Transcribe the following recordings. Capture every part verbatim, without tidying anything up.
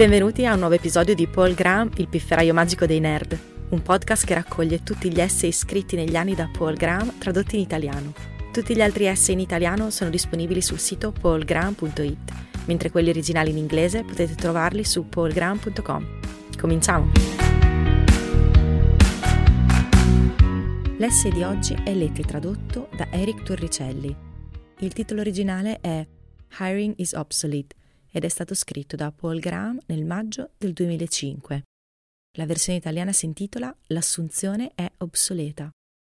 Benvenuti a un nuovo episodio di Paul Graham, il pifferaio magico dei nerd, un podcast che raccoglie tutti gli essay scritti negli anni da Paul Graham tradotti in italiano. Tutti gli altri essay in italiano sono disponibili sul sito paul graham punto it, mentre quelli originali in inglese potete trovarli su paul graham punto com. Cominciamo! L'essay di oggi è letto e tradotto da Eric Torricelli. Il titolo originale è Hiring is Obsolete ed è stato scritto da Paul Graham nel maggio del duemilacinque. La versione italiana si intitola L'assunzione è obsoleta.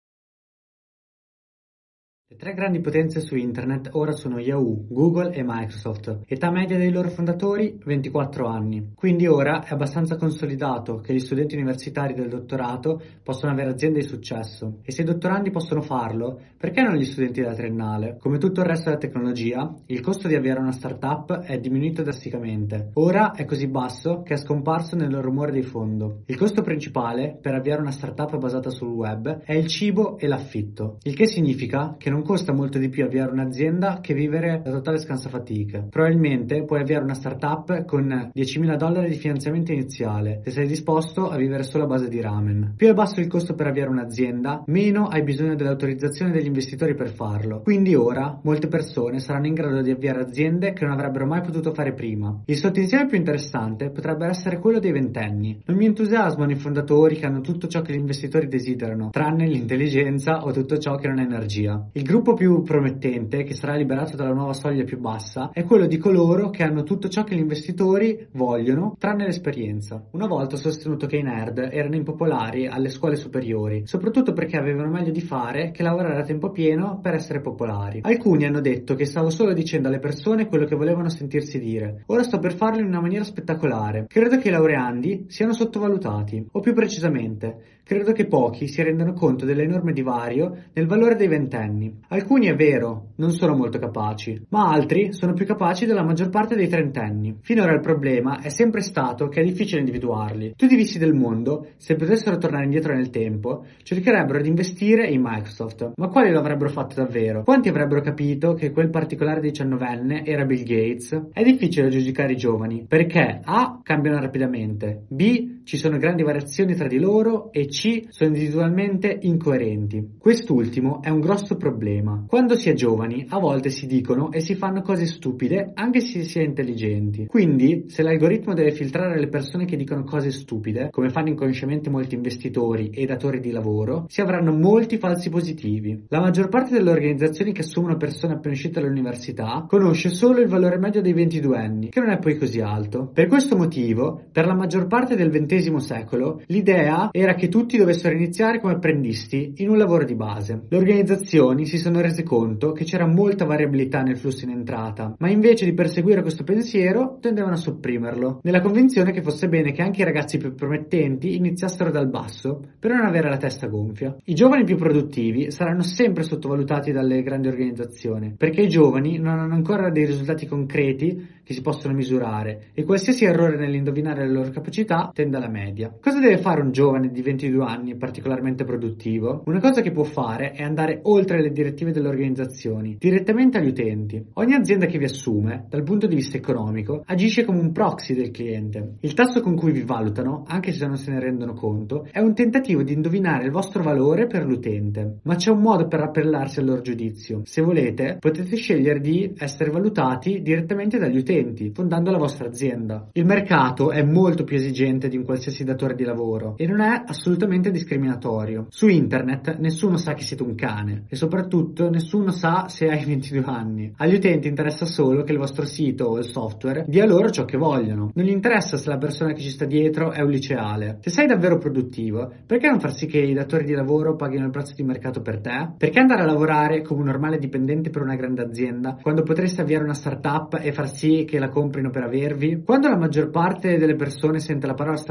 Le tre grandi potenze su internet ora sono Yahoo, Google e Microsoft. Età media dei loro fondatori ventiquattro anni. Quindi ora è abbastanza consolidato che gli studenti universitari del dottorato possono avere aziende di successo. E se i dottorandi possono farlo, perché non gli studenti della triennale? Come tutto il resto della tecnologia, il costo di avviare una startup è diminuito drasticamente. Ora è così basso che è scomparso nel rumore di fondo. Il costo principale per avviare una startup basata sul web è il cibo e l'affitto, il che significa che non costa molto di più avviare un'azienda che vivere da totale scansafatiche. Probabilmente puoi avviare una startup con diecimila dollari di finanziamento iniziale se sei disposto a vivere solo a base di ramen. Più è basso il costo per avviare un'azienda, meno hai bisogno dell'autorizzazione degli investitori per farlo. Quindi ora molte persone saranno in grado di avviare aziende che non avrebbero mai potuto fare prima. Il sottoinsieme più interessante potrebbe essere quello dei ventenni. Non mi entusiasmano i fondatori che hanno tutto ciò che gli investitori desiderano, tranne l'intelligenza o tutto ciò che non è energia. Il Il gruppo più promettente, che sarà liberato dalla nuova soglia più bassa, è quello di coloro che hanno tutto ciò che gli investitori vogliono, tranne l'esperienza. Una volta ho sostenuto che i nerd erano impopolari alle scuole superiori, soprattutto perché avevano meglio di fare che lavorare a tempo pieno per essere popolari. Alcuni hanno detto che stavo solo dicendo alle persone quello che volevano sentirsi dire. Ora sto per farlo in una maniera spettacolare. Credo che i laureandi siano sottovalutati, o più precisamente, credo che pochi si rendano conto dell'enorme divario nel valore dei ventenni. Alcuni, è vero, non sono molto capaci, ma altri sono più capaci della maggior parte dei trentenni. Finora il problema è sempre stato che è difficile individuarli. Tutti i vizi del mondo, se potessero tornare indietro nel tempo, cercherebbero di investire in Microsoft. Ma quali lo avrebbero fatto davvero? Quanti avrebbero capito che quel particolare diciannovenne era Bill Gates? È difficile giudicare i giovani, perché A. cambiano rapidamente, B. ci sono grandi variazioni tra di loro e C. sono individualmente incoerenti. Quest'ultimo è un grosso problema. Quando si è giovani, a volte si dicono e si fanno cose stupide anche se si è intelligenti. Quindi, se l'algoritmo deve filtrare le persone che dicono cose stupide, come fanno inconsciamente molti investitori e datori di lavoro, si avranno molti falsi positivi. La maggior parte delle organizzazioni che assumono persone appena uscite dall'università conosce solo il valore medio dei ventiduenni, che non è poi così alto. Per questo motivo, per la maggior parte del ventesimo secolo, l'idea era che tutti dovessero iniziare come apprendisti in un lavoro di base. Le organizzazioni si sono rese conto che c'era molta variabilità nel flusso in entrata, ma invece di perseguire questo pensiero tendevano a sopprimerlo, nella convinzione che fosse bene che anche i ragazzi più promettenti iniziassero dal basso per non avere la testa gonfia. I giovani più produttivi saranno sempre sottovalutati dalle grandi organizzazioni, perché i giovani non hanno ancora dei risultati concreti che si possono misurare e qualsiasi errore nell'indovinare le loro capacità tende alla media. Cosa deve fare un giovane di ventidue anni particolarmente produttivo? Una cosa che può fare è andare oltre le direttive delle organizzazioni, direttamente agli utenti. Ogni azienda che vi assume, dal punto di vista economico, agisce come un proxy del cliente. Il tasso con cui vi valutano, anche se non se ne rendono conto, è un tentativo di indovinare il vostro valore per l'utente. Ma c'è un modo per appellarsi al loro giudizio. Se volete, potete scegliere di essere valutati direttamente dagli utenti, fondando la vostra azienda. Il mercato è molto più esigente di un qualsiasi datore di lavoro e non è assolutamente discriminatorio. Su internet nessuno sa che siete un cane e soprattutto nessuno sa se hai ventidue anni. Agli utenti interessa solo che il vostro sito o il software dia loro ciò che vogliono. Non gli interessa se la persona che ci sta dietro è un liceale. Se sei davvero produttivo, perché non far sì che i datori di lavoro paghino il prezzo di mercato per te? Perché andare a lavorare come un normale dipendente per una grande azienda quando potresti avviare una startup e far sì che la comprino per avervi? Quando la maggior parte delle persone sente la parola startup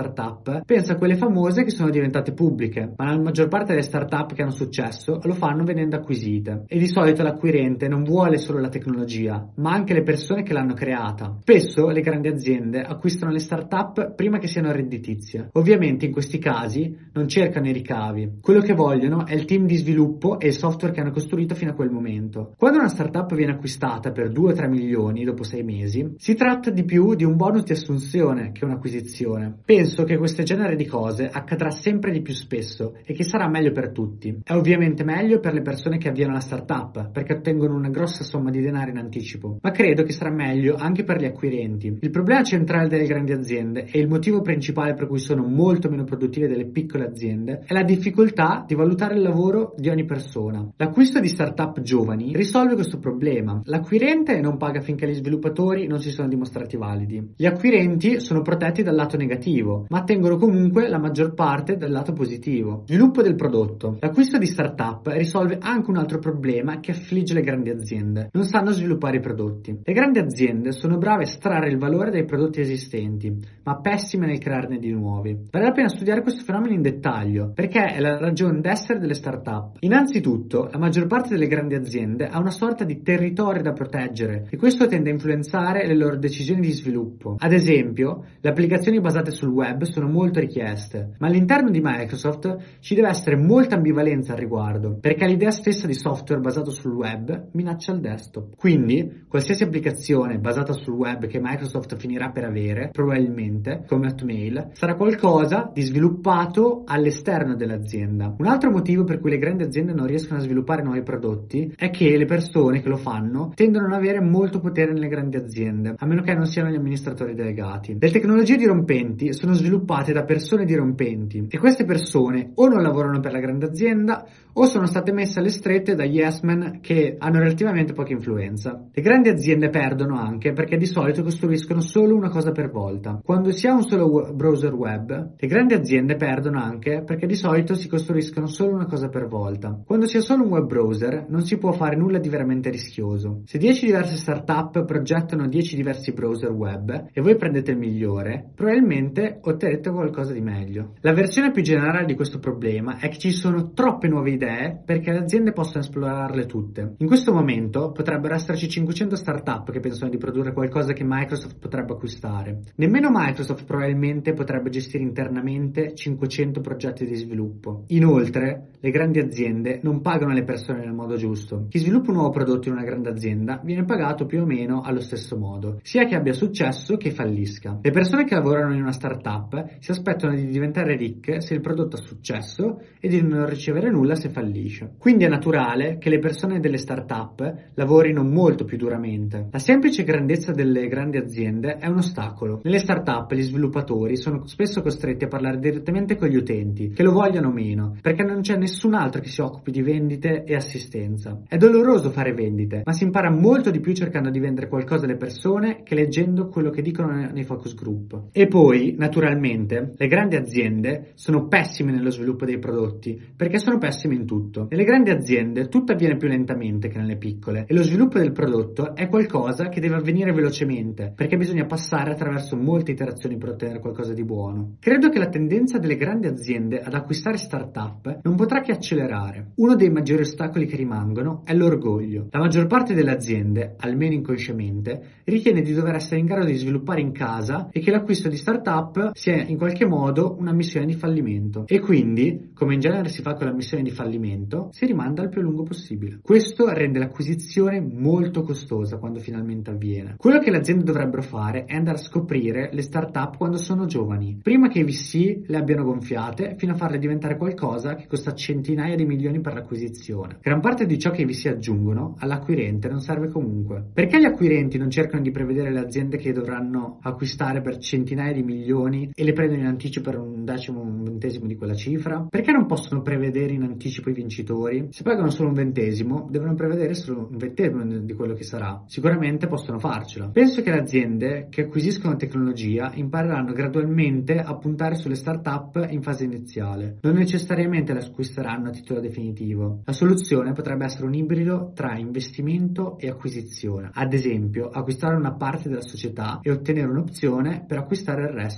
startup pensa a quelle famose che sono diventate pubbliche, ma la maggior parte delle startup che hanno successo lo fanno venendo acquisite. E di solito l'acquirente non vuole solo la tecnologia, ma anche le persone che l'hanno creata. Spesso le grandi aziende acquistano le startup prima che siano redditizie. Ovviamente in questi casi non cercano i ricavi. Quello che vogliono è il team di sviluppo e il software che hanno costruito fino a quel momento. Quando una startup viene acquistata per due o tre milioni dopo sei mesi, si tratta di più di un bonus di assunzione che un'acquisizione. Penso che questo genere di cose accadrà sempre di più spesso e che sarà meglio per tutti. È ovviamente meglio per le persone che avviano la startup, perché ottengono una grossa somma di denaro in anticipo, ma credo che sarà meglio anche per gli acquirenti. Il problema centrale delle grandi aziende e il motivo principale per cui sono molto meno produttive delle piccole aziende è la difficoltà di valutare il lavoro di ogni persona. L'acquisto di startup giovani risolve questo problema. L'acquirente non paga finché gli sviluppatori non si sono dimostrati validi. Gli acquirenti sono protetti dal lato negativo, ma ottengono comunque la maggior parte dal lato positivo. Sviluppo del prodotto. L'acquisto di startup risolve anche un altro problema che affligge le grandi aziende. Non sanno sviluppare i prodotti. Le grandi aziende sono brave a estrarre il valore dai prodotti esistenti, ma pessime nel crearne di nuovi. Vale la pena studiare questo fenomeno in dettaglio, perché è la ragione d'essere delle startup. Innanzitutto, la maggior parte delle grandi aziende ha una sorta di territorio da proteggere e questo tende a influenzare le loro decisioni di sviluppo. Ad esempio, le applicazioni basate sul web sono molto richieste, ma all'interno di Microsoft ci deve essere molta ambivalenza al riguardo, perché l'idea stessa di software basato sul web minaccia il desktop. Quindi, qualsiasi applicazione basata sul web che Microsoft finirà per avere, probabilmente, come Hotmail, sarà qualcosa di sviluppato all'esterno dell'azienda. Un altro motivo per cui le grandi aziende non riescono a sviluppare nuovi prodotti è che le persone che lo fanno tendono ad avere molto potere nelle grandi aziende, a meno che non siano gli amministratori delegati. Le tecnologie dirompenti sono sviluppate da persone dirompenti e queste persone o non lavorano per la grande azienda o sono state messe alle strette da yes men che hanno relativamente poca influenza. Le grandi aziende perdono anche perché di solito costruiscono solo una cosa per volta. Quando si ha un solo w- browser web, le grandi aziende perdono anche perché di solito si costruiscono solo una cosa per volta. Quando si ha solo un web browser non si può fare nulla di veramente rischioso. Se dieci diverse startup progettano dieci diversi browser web e voi prendete il migliore, probabilmente otterrete qualcosa di meglio. La versione più generale di questo problema è che ci sono troppe nuove idee perché le aziende possono esplorarle tutte. In questo momento potrebbero esserci cinquecento startup che pensano di produrre qualcosa che Microsoft potrebbe acquistare. Nemmeno Microsoft probabilmente potrebbe gestire internamente cinquecento progetti di sviluppo. Inoltre, le grandi aziende non pagano le persone nel modo giusto. Chi sviluppa un nuovo prodotto in una grande azienda viene pagato più o meno allo stesso modo, sia che abbia successo che fallisca. Le persone che lavorano in una startup si aspettano di diventare ricche se il prodotto ha successo e di non ricevere nulla se fallisce. Quindi è naturale che le persone delle startup lavorino molto più duramente. La semplice grandezza delle grandi aziende è un ostacolo. Nelle startup gli sviluppatori sono spesso costretti a parlare direttamente con gli utenti, che lo vogliano o meno, perché non c'è nessun altro che si occupi di vendite e assistenza. È doloroso fare vendite, ma si impara molto di più cercando di vendere qualcosa alle persone che leggendo quello che dicono nei focus group. E poi, naturalmente, le grandi aziende sono pessime nello sviluppo dei prodotti, perché sono pessime in tutto. Nelle grandi aziende tutto avviene più lentamente che nelle piccole e lo sviluppo del prodotto è qualcosa che deve avvenire velocemente, perché bisogna passare attraverso molte iterazioni per ottenere qualcosa di buono. Credo che la tendenza delle grandi aziende ad acquistare startup non potrà che accelerare. Uno dei maggiori ostacoli che rimangono è l'orgoglio. La maggior parte delle aziende, almeno inconsciamente, ritiene di dover essere in grado di sviluppare in casa e che l'acquisto di startup sia in qualche modo una missione di fallimento. E quindi, come in genere si fa con la missione di fallimento, si rimanda il più a lungo possibile. Questo rende l'acquisizione molto costosa quando finalmente avviene. Quello che le aziende dovrebbero fare è andare a scoprire le startup quando sono giovani, prima che i V C le abbiano gonfiate fino a farle diventare qualcosa che costa centinaia di milioni per l'acquisizione. Gran parte di ciò che i V C aggiungono all'acquirente non serve comunque. Perché gli acquirenti non cercano di prevedere le aziende che dovranno acquistare per centinaia di milioni e le prendono in anticipo per un decimo, un ventesimo di quella cifra? Perché non possono prevedere in anticipo i vincitori? Se pagano solo un ventesimo, devono prevedere solo un ventesimo di quello che sarà. Sicuramente possono farcela. Penso che le aziende che acquisiscono tecnologia impareranno gradualmente a puntare sulle start-up in fase iniziale. Non necessariamente le acquisteranno a titolo definitivo. La soluzione potrebbe essere un ibrido tra investimento e acquisizione. Ad esempio, acquistare una parte della società e ottenere un'opzione per acquistare il resto in un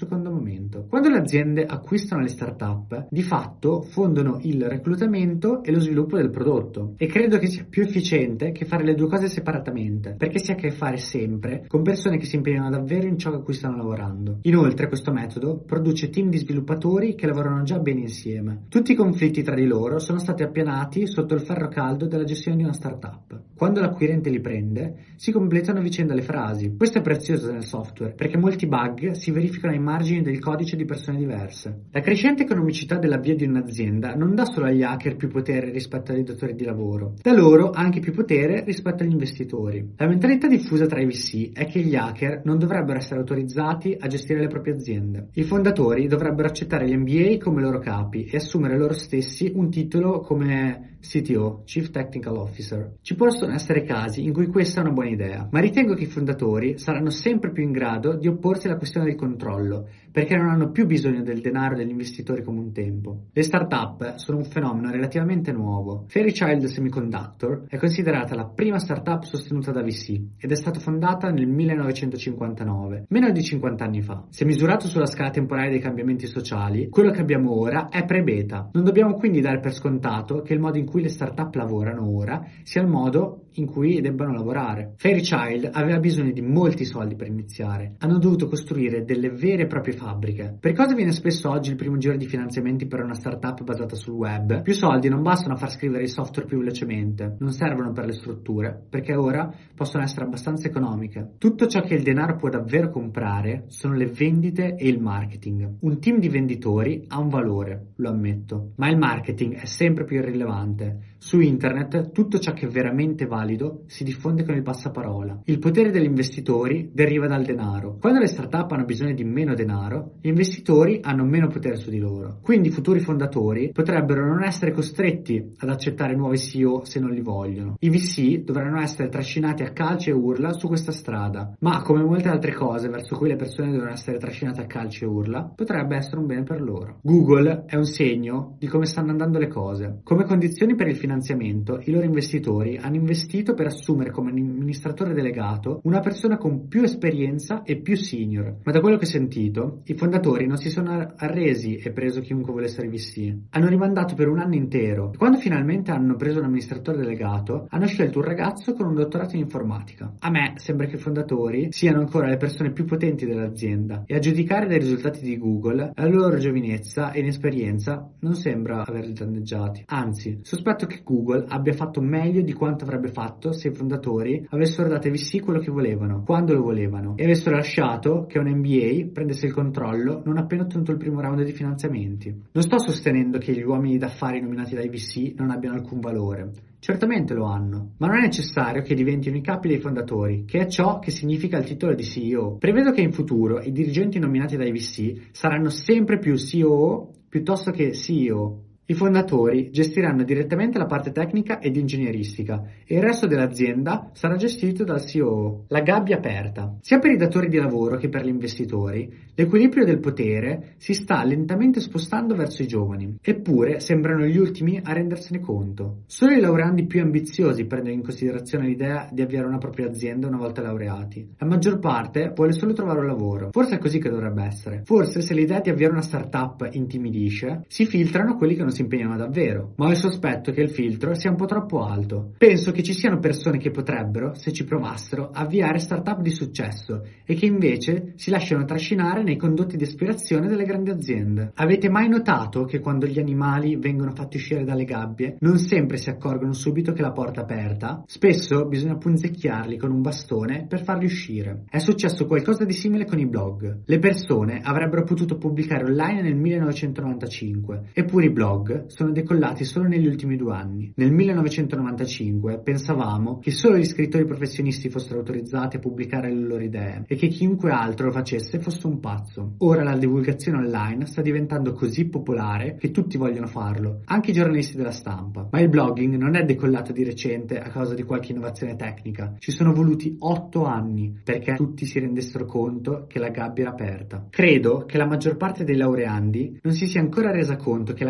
secondo momento. Quando le aziende acquistano le start-up, di fatto fondono il reclutamento e lo sviluppo del prodotto, e credo che sia più efficiente che fare le due cose separatamente, perché si ha a che fare sempre con persone che si impegnano davvero in ciò a cui stanno lavorando. Inoltre questo metodo produce team di sviluppatori che lavorano già bene insieme. Tutti i conflitti tra di loro sono stati appianati sotto il ferro caldo della gestione di una startup. Quando l'acquirente li prende, si completano a vicenda le frasi. Questo è prezioso nel software, perché molti bug si verificano ai margini del codice di persone diverse. La crescente economicità dell'avvio di un'azienda non dà solo agli hacker più potere rispetto ai datori di lavoro, dà loro anche più potere rispetto agli investitori. La mentalità diffusa tra i V C è che gli hacker non dovrebbero essere autorizzati a gestire le proprie aziende. I fondatori dovrebbero accettare gli M B A come loro capi e assumere loro stessi un titolo come C T O, Chief Technical Officer. Ci possono essere casi in cui questa è una buona idea, ma ritengo che i fondatori saranno sempre più in grado di opporsi alla questione del controllo, perché non hanno più bisogno del denaro degli investitori come un tempo. Le start-up sono un fenomeno relativamente nuovo. Fairchild Semiconductor è considerata la prima start-up sostenuta da V C ed è stata fondata nel millenovecentocinquantanove, meno di cinquanta anni fa. Se misurato sulla scala temporale dei cambiamenti sociali, quello che abbiamo ora è pre-beta. Non dobbiamo quindi dare per scontato che il modo in cui le start-up lavorano ora sia il modo in cui debbano lavorare. Fairchild aveva bisogno di molti soldi per iniziare. Hanno dovuto costruire delle vere e proprie fabbriche. Per cosa viene spesso oggi il primo giro di finanziamenti per una startup basata sul web? Più soldi non bastano a far scrivere i software più velocemente, non servono per le strutture, perché ora possono essere abbastanza economiche. Tutto ciò che il denaro può davvero comprare sono le vendite e il marketing. Un team di venditori ha un valore, lo ammetto, ma il marketing è sempre più irrilevante. Su internet tutto ciò che è veramente valido si diffonde con il passaparola. Il potere degli investitori deriva dal denaro. Quando le startup hanno bisogno di meno denaro, gli investitori hanno meno potere su di loro. Quindi i futuri fondatori potrebbero non essere costretti ad accettare nuovi C E O se non li vogliono. I V C dovranno essere trascinati a calci e urla su questa strada, ma come molte altre cose verso cui le persone devono essere trascinate a calci e urla, potrebbe essere un bene per loro. Google è un segno di come stanno andando le cose. Come condizioni per il finanziamento, i loro investitori hanno investito per assumere come amministratore delegato una persona con più esperienza e più senior, ma da quello che ho sentito i fondatori non si sono arresi e preso chiunque volesse essere V C. Hanno rimandato per un anno intero e quando finalmente hanno preso un amministratore delegato hanno scelto un ragazzo con un dottorato in informatica. A me sembra che i fondatori siano ancora le persone più potenti dell'azienda e a giudicare dai risultati di Google la loro giovinezza e inesperienza non sembra averli danneggiati. Anzi, sospetto che Google abbia fatto meglio di quanto avrebbe fatto se i fondatori avessero dato ai V C quello che volevano, quando lo volevano, e avessero lasciato che un M B A prendesse il controllo non appena ottenuto il primo round di finanziamenti. Non sto sostenendo che gli uomini d'affari nominati dai V C non abbiano alcun valore. Certamente lo hanno, ma non è necessario che diventino i capi dei fondatori, che è ciò che significa il titolo di C E O. Prevedo che in futuro i dirigenti nominati dai V C saranno sempre più C O O piuttosto che C E O. I fondatori gestiranno direttamente la parte tecnica ed ingegneristica e il resto dell'azienda sarà gestito dal C O O. La gabbia aperta. Sia per i datori di lavoro che per gli investitori, l'equilibrio del potere si sta lentamente spostando verso i giovani, eppure sembrano gli ultimi a rendersene conto. Solo i laureandi più ambiziosi prendono in considerazione l'idea di avviare una propria azienda una volta laureati. La maggior parte vuole solo trovare un lavoro. Forse è così che dovrebbe essere. Forse se l'idea di avviare una startup intimidisce, si filtrano quelli che non si impegnano davvero, ma ho il sospetto che il filtro sia un po' troppo alto. Penso che ci siano persone che potrebbero, se ci provassero, avviare startup di successo e che invece si lasciano trascinare nei condotti di aspirazione delle grandi aziende. Avete mai notato che quando gli animali vengono fatti uscire dalle gabbie non sempre si accorgono subito che la porta è aperta? Spesso bisogna punzecchiarli con un bastone per farli uscire. È successo qualcosa di simile con i blog. Le persone avrebbero potuto pubblicare online nel millenovecentonovantacinque, eppure i blog sono decollati solo negli ultimi due anni. Nel millenovecentonovantacinque pensavamo che solo gli scrittori professionisti fossero autorizzati a pubblicare le loro idee e che chiunque altro lo facesse fosse un pazzo. Ora la divulgazione online sta diventando così popolare che tutti vogliono farlo, anche i giornalisti della stampa. Ma il blogging non è decollato di recente a causa di qualche innovazione tecnica. Ci sono voluti otto anni perché tutti si rendessero conto che la gabbia era aperta. Credo che la maggior parte dei laureandi non si sia ancora resa conto che la gabbia è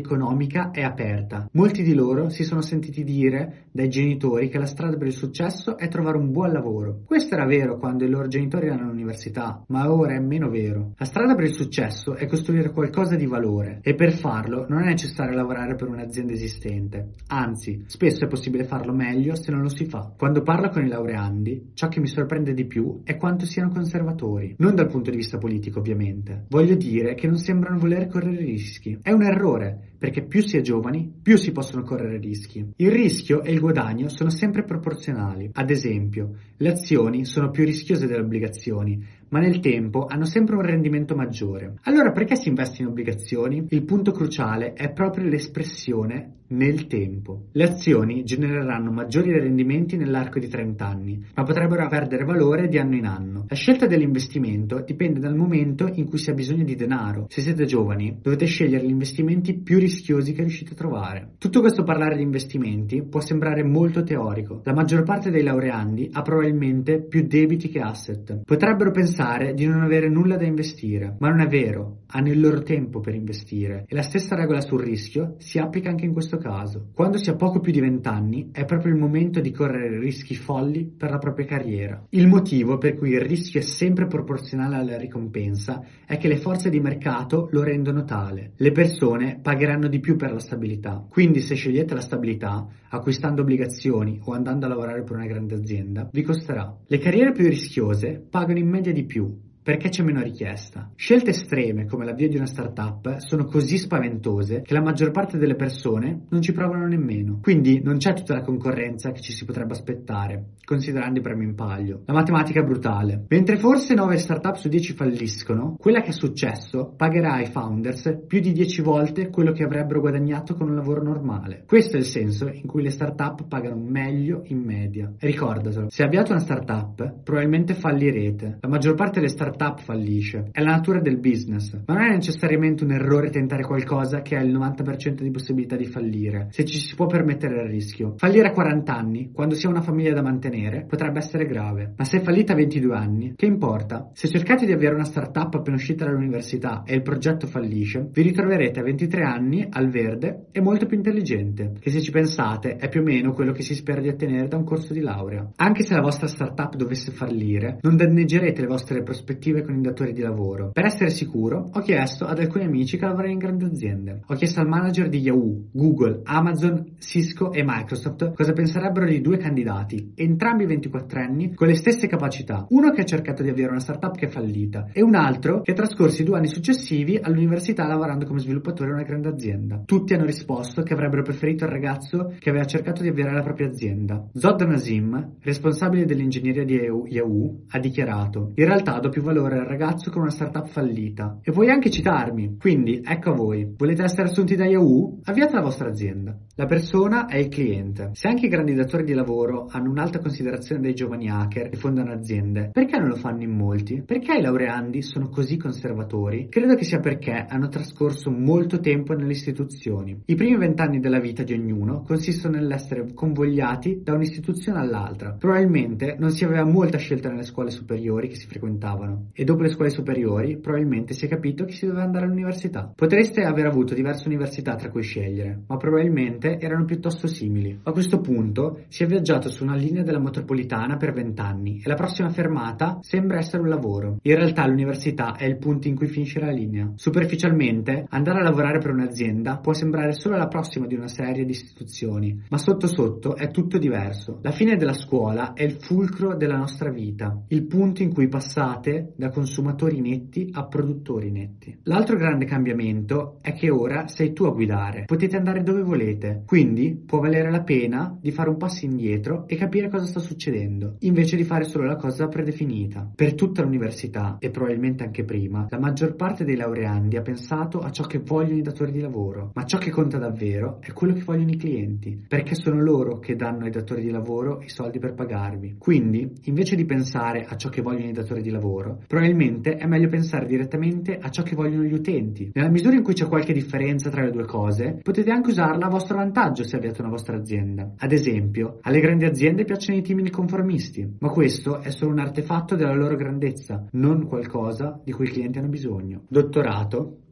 economica è aperta. Molti di loro si sono sentiti dire dai genitori che la strada per il successo è trovare un buon lavoro. Questo era vero quando i loro genitori erano all'università, ma ora è meno vero. La strada per il successo è costruire qualcosa di valore e per farlo non è necessario lavorare per un'azienda esistente. Anzi, spesso è possibile farlo meglio se non lo si fa. Quando parlo con i laureandi, ciò che mi sorprende di più è quanto siano conservatori. Non dal punto di vista politico, ovviamente. Voglio dire che non sembrano voler correre rischi. È un errore, perché più si è giovani, più si possono correre rischi. Il rischio e il guadagno sono sempre proporzionali. Ad esempio, le azioni sono più rischiose delle obbligazioni, ma nel tempo hanno sempre un rendimento maggiore. Allora perché si investe in obbligazioni? Il punto cruciale è proprio l'espressione nel tempo. Le azioni genereranno maggiori rendimenti nell'arco di trenta anni, ma potrebbero perdere valore di anno in anno. La scelta dell'investimento dipende dal momento in cui si ha bisogno di denaro. Se siete giovani, dovete scegliere gli investimenti più rischiosi che riuscite a trovare. Tutto questo parlare di investimenti può sembrare molto teorico. La maggior parte dei laureandi ha probabilmente più debiti che asset. Potrebbero pensare di non avere nulla da investire, ma non è vero. Hanno il loro tempo per investire e la stessa regola sul rischio si applica anche in questo caso. Quando si ha poco più di venti anni è proprio il momento di correre rischi folli per la propria carriera. Il motivo per cui il rischio è sempre proporzionale alla ricompensa è che le forze di mercato lo rendono tale. Le persone pagheranno di più per la stabilità. Quindi se scegliete la stabilità, acquistando obbligazioni o andando a lavorare per una grande azienda, vi costerà. Le carriere più rischiose pagano in media di più, perché c'è meno richiesta. Scelte estreme come l'avvio di una startup sono così spaventose che la maggior parte delle persone non ci provano nemmeno. Quindi non c'è tutta la concorrenza che ci si potrebbe aspettare, considerando i premi in palio. La matematica è brutale. Mentre forse nove startup su dieci falliscono, quella che ha successo pagherà ai founders più di dieci volte quello che avrebbero guadagnato con un lavoro normale. Questo è il senso in cui le startup pagano meglio in media. E ricordatelo, se avviate una startup, probabilmente fallirete. La maggior parte delle startup startup fallisce. È la natura del business, ma non è necessariamente un errore tentare qualcosa che ha il novanta per cento di possibilità di fallire, se ci si può permettere il rischio. Fallire a quaranta anni, quando si ha una famiglia da mantenere, potrebbe essere grave, ma se fallite a ventidue anni, che importa? Se cercate di avviare una startup appena uscita dall'università e il progetto fallisce, vi ritroverete a ventitré anni al verde e molto più intelligente, che se ci pensate è più o meno quello che si spera di ottenere da un corso di laurea. Anche se la vostra startup dovesse fallire, non danneggerete le vostre prospettive con i datori di lavoro. Per essere sicuro, ho chiesto ad alcuni amici che lavorano in grandi aziende. Ho chiesto al manager di Yahoo, Google, Amazon, Cisco e Microsoft cosa penserebbero di due candidati, entrambi ventiquattrenni, con le stesse capacità. Uno che ha cercato di avere una startup che è fallita e un altro che ha trascorso i due anni successivi all'università lavorando come sviluppatore in una grande azienda. Tutti hanno risposto che avrebbero preferito il ragazzo che aveva cercato di avviare la propria azienda. Zod Nazim, responsabile dell'ingegneria di Yahoo, ha dichiarato: in realtà do più valore al ragazzo con una startup fallita. E puoi anche citarmi. Quindi, ecco a voi. Volete essere assunti da Yahoo? Avviate la vostra azienda. La persona è il cliente. Se anche i grandi datori di lavoro hanno un'alta considerazione dei giovani hacker che fondano aziende, perché non lo fanno in molti? Perché i laureandi sono così conservatori? Credo che sia perché hanno trascorso molto tempo nelle istituzioni. I primi vent'anni della vita di ognuno consistono nell'essere convogliati da un'istituzione all'altra. Probabilmente non si aveva molta scelta nelle scuole superiori che si frequentavano. E dopo le scuole superiori probabilmente si è capito che si doveva andare all'università. Potreste aver avuto diverse università tra cui scegliere, ma probabilmente erano piuttosto simili. A questo punto si è viaggiato su una linea della metropolitana per vent'anni e la prossima fermata sembra essere un lavoro. In realtà l'università è il punto in cui finisce la linea. Superficialmente, andare a lavorare per un'azienda può sembrare solo la prossima di una serie di istituzioni, ma sotto sotto è tutto diverso. La fine della scuola è il fulcro della nostra vita, il punto in cui passate da consumatori netti a produttori netti. L'altro grande cambiamento è che ora sei tu a guidare, potete andare dove volete, quindi può valere la pena di fare un passo indietro e capire cosa sta succedendo, invece di fare solo la cosa predefinita. Per tutta l'università, e probabilmente anche prima, la maggior parte dei laureandi ha pensato a ciò che vogliono i datori di lavoro, ma ciò che conta davvero è quello che vogliono i clienti, perché sono loro che danno ai datori di lavoro i soldi per pagarvi. Quindi, invece di pensare a ciò che vogliono i datori di lavoro, probabilmente è meglio pensare direttamente a ciò che vogliono gli utenti. Nella misura in cui c'è qualche differenza tra le due cose, potete anche usarla a vostro vantaggio se avviate una vostra azienda. Ad esempio, alle grandi aziende piacciono i timidi conformisti, ma questo è solo un artefatto della loro grandezza, non qualcosa di cui i clienti hanno bisogno. Dottorato,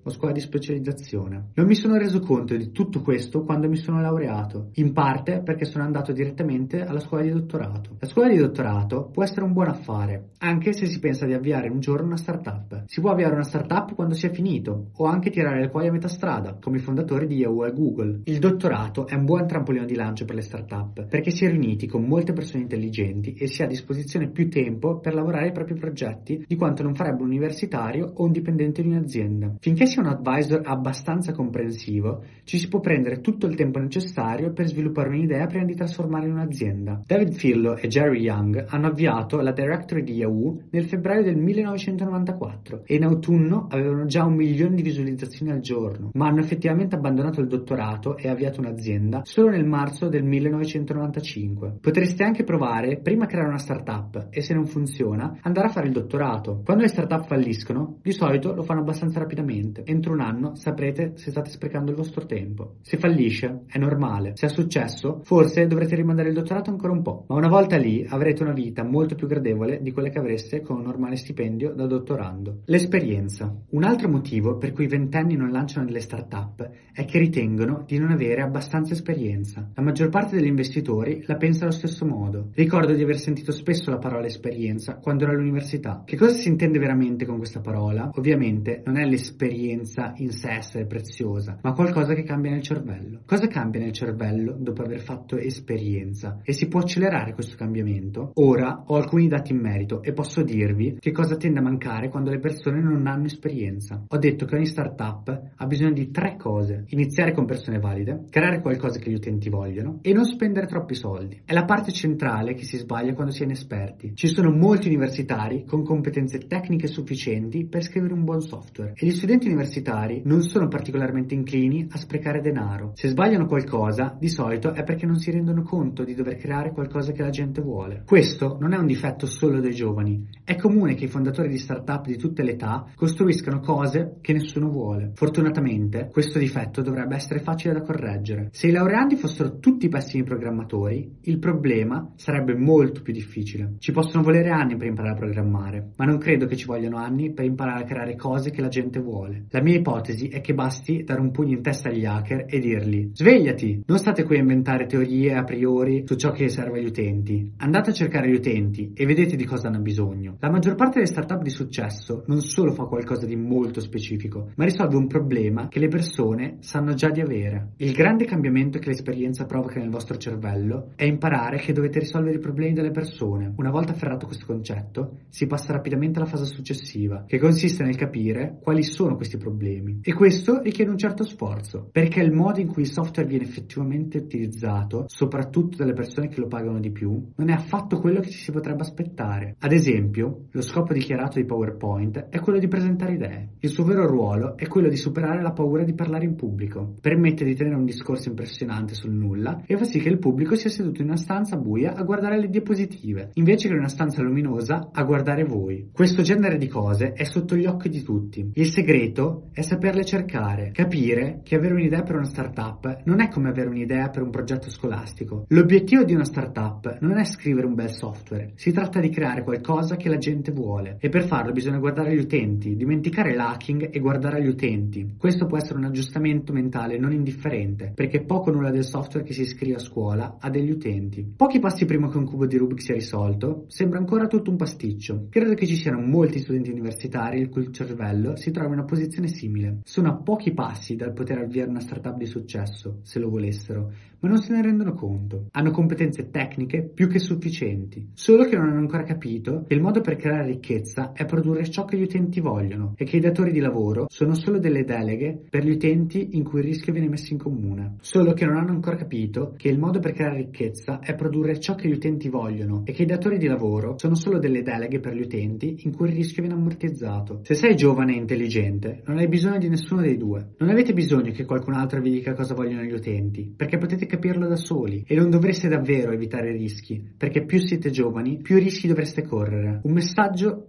o scuola di specializzazione. Non mi sono reso conto di tutto questo quando mi sono laureato, in parte perché sono andato direttamente alla scuola di dottorato. La scuola di dottorato può essere un buon affare, anche se si pensa di avviare un giorno una startup. Si può avviare una startup quando si è finito, o anche tirare le cuoia a metà strada, come i fondatori di Yahoo e Google. Il dottorato è un buon trampolino di lancio per le startup, perché si è riuniti con molte persone intelligenti e si ha a disposizione più tempo per lavorare ai propri progetti di quanto non farebbe un universitario o un dipendente di un'azienda. Finché si è un advisor abbastanza comprensivo, ci si può prendere tutto il tempo necessario per sviluppare un'idea prima di trasformarla in un'azienda. David Fillo e Jerry Young hanno avviato la directory di Yahoo nel febbraio del millenovecentonovantaquattro e in autunno avevano già un milione di visualizzazioni al giorno, ma hanno effettivamente abbandonato il dottorato e avviato un'azienda solo nel marzo del millenovecentonovantacinque. Potreste anche provare prima a creare una startup e, se non funziona, andare a fare il dottorato. Quando le startup falliscono, di solito lo fanno abbastanza rapidamente. Entro un anno saprete se state sprecando il vostro tempo. Se fallisce, è normale. Se ha successo, forse dovrete rimandare il dottorato ancora un po', ma una volta lì avrete una vita molto più gradevole di quella che avreste con un normale stipendio da dottorando. L'esperienza. Un altro motivo per cui i ventenni non lanciano delle startup è che ritengono di non avere abbastanza esperienza. La maggior parte degli investitori la pensa allo stesso modo. Ricordo di aver sentito spesso la parola esperienza quando ero all'università. Che cosa si intende veramente con questa parola? Ovviamente non è l'esperienza in sé essere preziosa, ma qualcosa che cambia nel cervello. Cosa cambia nel cervello dopo aver fatto esperienza? E si può accelerare questo cambiamento? Ora ho alcuni dati in merito e posso dirvi che cosa tende a mancare quando le persone non hanno esperienza. Ho detto che ogni startup ha bisogno di tre cose: iniziare con persone valide, creare qualcosa che gli utenti vogliono e non spendere troppi soldi. È la parte centrale che si sbaglia quando si è inesperti. Ci sono molti universitari con competenze tecniche sufficienti per scrivere un buon software e gli studenti universitari non sono particolarmente inclini a sprecare denaro. Se sbagliano qualcosa, di solito è perché non si rendono conto di dover creare qualcosa che la gente vuole. Questo non è un difetto solo dei giovani. È comune che i fondatori di startup di tutte le età costruiscano cose che nessuno vuole. Fortunatamente, questo difetto dovrebbe essere facile da correggere. Se i laureandi fossero tutti pessimi programmatori, il problema sarebbe molto più difficile. Ci possono volere anni per imparare a programmare, ma non credo che ci vogliano anni per imparare a creare cose che la gente vuole. La mia ipotesi è che basti dare un pugno in testa agli hacker e dirgli: svegliati! Non state qui a inventare teorie a priori su ciò che serve agli utenti. Andate a cercare gli utenti e vedete di cosa hanno bisogno. La maggior parte delle startup di successo non solo fa qualcosa di molto specifico, ma risolve un problema che le persone sanno già di avere. Il grande cambiamento che l'esperienza provoca nel vostro cervello è imparare che dovete risolvere i problemi delle persone. Una volta afferrato questo concetto, si passa rapidamente alla fase successiva, che consiste nel capire quali sono questi problemi. E questo richiede un certo sforzo, perché il modo in cui il software viene effettivamente utilizzato, soprattutto dalle persone che lo pagano di più, non è affatto quello che ci si potrebbe aspettare. Ad esempio, lo scopo dichiarato di PowerPoint è quello di presentare idee. Il suo vero ruolo è quello di superare la paura di parlare in pubblico. Permette di tenere un discorso impressionante sul nulla e fa sì che il pubblico sia seduto in una stanza buia a guardare le diapositive, invece che in una stanza luminosa a guardare voi. Questo genere di cose è sotto gli occhi di tutti. Il segreto è saperle cercare, capire che avere un'idea per una startup non è come avere un'idea per un progetto scolastico. L'obiettivo di una startup non è scrivere un bel software, si tratta di creare qualcosa che la gente vuole e per farlo bisogna guardare gli utenti, dimenticare l'hacking e guardare gli utenti. Questo può essere un aggiustamento mentale non indifferente, perché poco o nulla del software che si scrive a scuola ha degli utenti. Pochi passi prima che un cubo di Rubik sia risolto, sembra ancora tutto un pasticcio. Credo che ci siano molti studenti universitari il cui cervello si trova in una posizione simile. Sono a pochi passi dal poter avviare una startup di successo, se lo volessero, ma non se ne rendono conto. Hanno competenze tecniche più che sufficienti, solo che non hanno ancora capito che il modo per creare ricchezza è produrre ciò che gli utenti vogliono e che i datori di lavoro sono solo delle deleghe per gli utenti in cui il rischio viene messo in comune. Solo che non hanno ancora capito che il modo per creare ricchezza è produrre ciò che gli utenti vogliono e che i datori di lavoro sono solo delle deleghe per gli utenti in cui il rischio viene ammortizzato. Se sei giovane e intelligente, non hai bisogno di nessuno dei due. Non avete bisogno che qualcun altro vi dica cosa vogliono gli utenti, perché potete capirlo da soli e non dovreste davvero evitare rischi, perché più siete giovani, più rischi dovreste correre. Un messaggio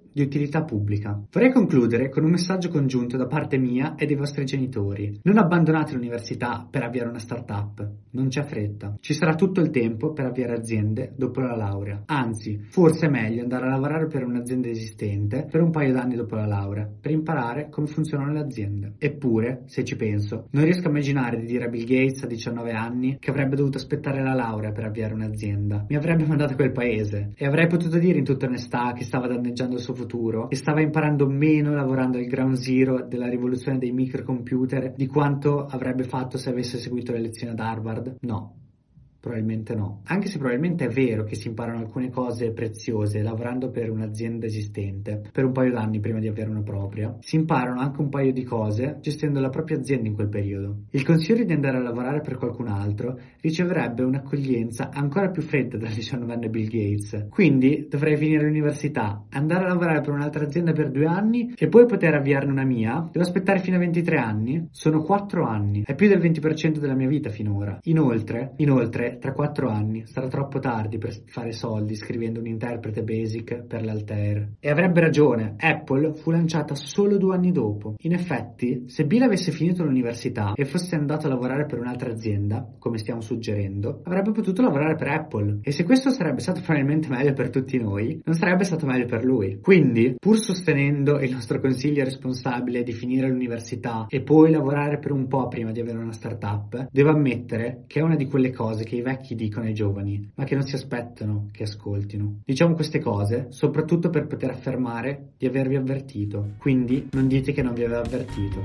di utilità pubblica. Vorrei concludere con un messaggio congiunto da parte mia e dei vostri genitori. Non abbandonate l'università per avviare una startup, non c'è fretta. Ci sarà tutto il tempo per avviare aziende dopo la laurea. Anzi, forse è meglio andare a lavorare per un'azienda esistente per un paio d'anni dopo la laurea, per imparare come funzionano le aziende. Eppure, se ci penso, non riesco a immaginare di dire a Bill Gates a diciannove anni che avrebbe dovuto aspettare la laurea per avviare un'azienda. Mi avrebbe mandato a quel paese e avrei potuto dire in tutta onestà che stava danneggiando il suo futuro e stava imparando meno lavorando al ground zero della rivoluzione dei microcomputer di quanto avrebbe fatto se avesse seguito le lezioni ad Harvard. No. Probabilmente no. Anche se probabilmente è vero che si imparano alcune cose preziose lavorando per un'azienda esistente per un paio d'anni prima di avere una propria, si imparano anche un paio di cose gestendo la propria azienda in quel periodo. Il consiglio di andare a lavorare per qualcun altro riceverebbe un'accoglienza ancora più fredda dal diciannovenne Bill Gates. Quindi dovrei finire l'università, andare a lavorare per un'altra azienda per due anni e poi poter avviarne una mia. Devo aspettare fino a ventitré anni? Sono quattro anni. È più del venti per cento della mia vita finora. Inoltre, inoltre tra quattro anni sarà troppo tardi per fare soldi scrivendo un interprete basic per l'Altair. E avrebbe ragione, Apple fu lanciata solo due anni dopo. In effetti, se Bill avesse finito l'università e fosse andato a lavorare per un'altra azienda, come stiamo suggerendo, avrebbe potuto lavorare per Apple. E se questo sarebbe stato probabilmente meglio per tutti noi, non sarebbe stato meglio per lui. Quindi, pur sostenendo il nostro consiglio responsabile di finire l'università e poi lavorare per un po' prima di avere una startup, devo ammettere che è una di quelle cose che i vecchi dicono ai giovani, ma che non si aspettano che ascoltino. Diciamo queste cose soprattutto per poter affermare di avervi avvertito, quindi non dite che non vi avevo avvertito.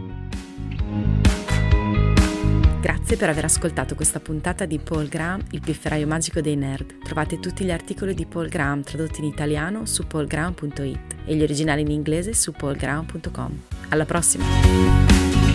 Grazie per aver ascoltato questa puntata di Paul Graham, il pifferaio magico dei nerd. Trovate tutti gli articoli di Paul Graham tradotti in italiano su paul graham punto it e gli originali in inglese su paul graham punto com. Alla prossima!